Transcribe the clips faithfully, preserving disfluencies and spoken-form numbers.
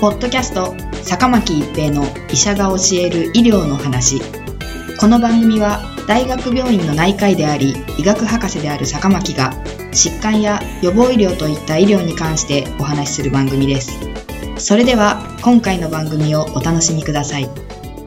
ポッドキャスト坂巻一平の医者が教える医療の話。この番組は大学病院の内科医であり医学博士である坂巻が疾患や予防医療といった医療に関してお話しする番組です。それでは今回の番組をお楽しみください。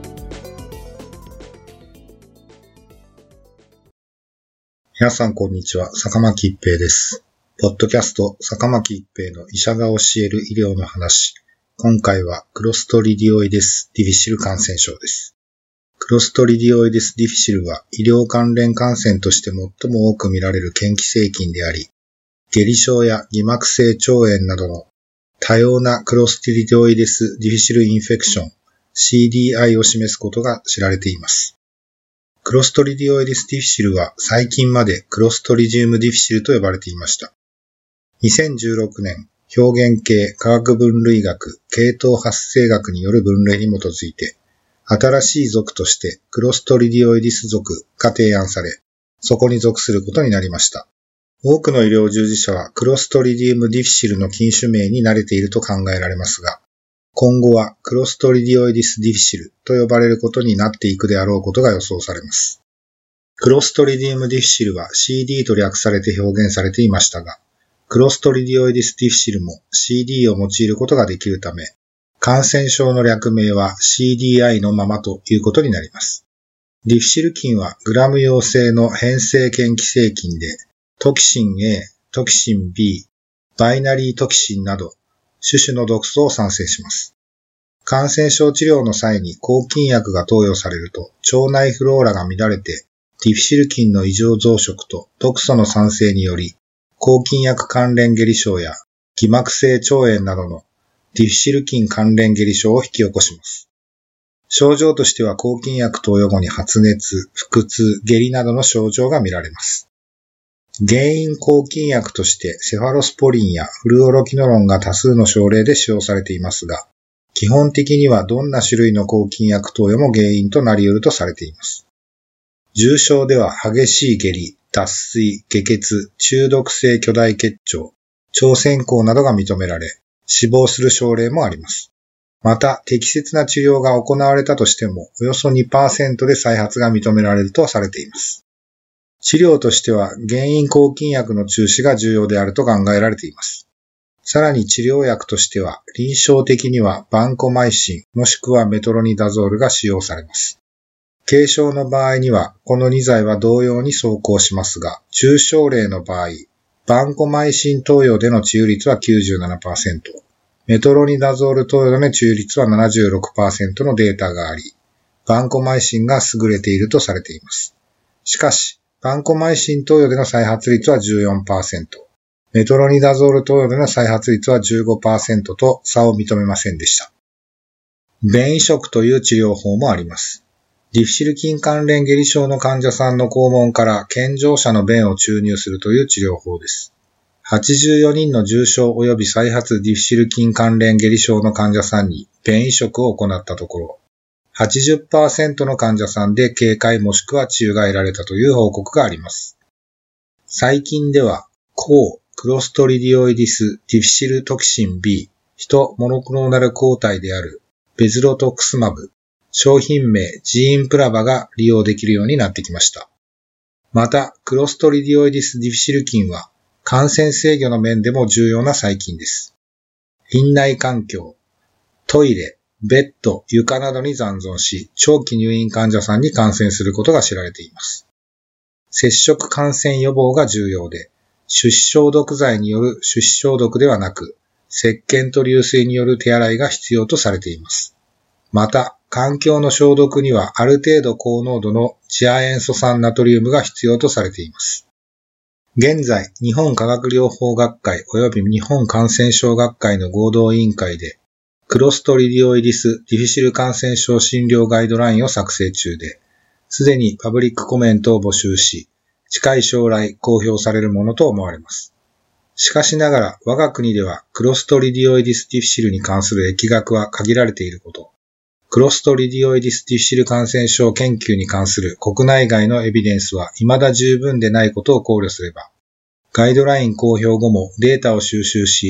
皆さんこんにちは、坂巻一平です。ポッドキャスト坂巻一平の医者が教える医療の話。今回はクロストリディオイデス・ディフィシル感染症です。クロストリディオイデス・ディフィシルは医療関連感染として最も多く見られる嫌気性菌であり、下痢症や偽膜性腸炎などの多様なクロストリディオイデス・ディフィシルインフェクション シーディーアイ を示すことが知られています。クロストリディオイデス・ディフィシルは最近までクロストリジウム・ディフィシルと呼ばれていました。にせんじゅうろくねん、表現系化学分類学系統発生学による分類に基づいて、新しい属としてクロストリディオイディス属が提案され、そこに属することになりました。多くの医療従事者はクロストリディウム・ディフィシルの菌種名に慣れていると考えられますが、今後はクロストリディオイディス・ディフィシルと呼ばれることになっていくであろうことが予想されます。クロストリディウム・ディフィシルは シーディー と略されて表現されていましたが、クロストリディオイディス・ディフィシルも シーディー を用いることができるため、感染症の略名は シーディーアイ のままということになります。ディフィシル菌はグラム陽性の変性嫌気性菌で、トキシン A、トキシン B、バイナリートキシンなど、種々の毒素を産生します。感染症治療の際に抗菌薬が投与されると、腸内フローラが乱れて、ディフィシル菌の異常増殖と毒素の産生により、抗菌薬関連下痢症や偽膜性腸炎などのディフィシル菌関連下痢症を引き起こします。症状としては抗菌薬投与後に発熱、腹痛、下痢などの症状が見られます。原因抗菌薬としてセファロスポリンやフルオロキノロンが多数の症例で使用されていますが、基本的にはどんな種類の抗菌薬投与も原因となり得るとされています。重症では激しい下痢、脱水、下血、中毒性巨大結腸、腸穿孔などが認められ、死亡する症例もあります。また、適切な治療が行われたとしても、およそ にパーセント で再発が認められるとされています。治療としては、原因抗菌薬の中止が重要であると考えられています。さらに治療薬としては、臨床的にはバンコマイシンもしくはメトロニダゾールが使用されます。軽症の場合には、このに剤は同様に走行しますが、中症例の場合、バンコマイシン投与での治癒率は きゅうじゅうななパーセント、メトロニダゾール投与での治癒率は ななじゅうろくパーセント のデータがあり、バンコマイシンが優れているとされています。しかし、バンコマイシン投与での再発率は じゅうよんパーセント、メトロニダゾール投与での再発率は じゅうごパーセント と差を認めませんでした。便移植という治療法もあります。ディフィシル菌関連下痢症の患者さんの肛門から健常者の便を注入するという治療法です。はちじゅうよにんの重症及び再発ディフィシル菌関連下痢症の患者さんに便移植を行ったところ、はちじゅっパーセント の患者さんで軽快もしくは治癒が得られたという報告があります。最近では、抗クロストリディオイディス・ディフィシルトキシン B、ヒトモノクローナル抗体であるベズロトクスマブ、商品名ジーンプラバが利用できるようになってきました。また、クロストリディオイディス・ディフィシル菌は感染制御の面でも重要な細菌です。院内環境、トイレ、ベッド、床などに残存し、長期入院患者さんに感染することが知られています。接触感染予防が重要で、手指消毒剤による手指消毒ではなく、石鹸と流水による手洗いが必要とされています。また、環境の消毒にはある程度高濃度の次亜塩素酸ナトリウムが必要とされています。現在、日本化学療法学会及び日本感染症学会の合同委員会で、クロストリディオイディス・ディフィシル感染症診療ガイドラインを作成中で、すでにパブリックコメントを募集し、近い将来公表されるものと思われます。しかしながら、我が国ではクロストリディオイディス・ディフィシルに関する疫学は限られていること、クロストリディオイディス・ディフィシル感染症研究に関する国内外のエビデンスは未だ十分でないことを考慮すれば、ガイドライン公表後もデータを収集し、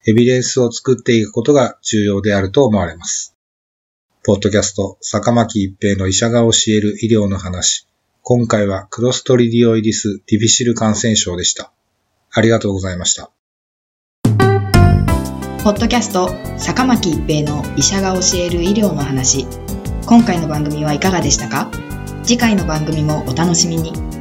エビデンスを作っていくことが重要であると思われます。ポッドキャスト、坂巻一平の医者が教える医療の話。今回はクロストリディオイディス・ディフィシル感染症でした。ありがとうございました。 ポッドキャスト、坂巻一平の医者が教える医療の話。今回の番組はいかがでしたか？次回の番組もお楽しみに。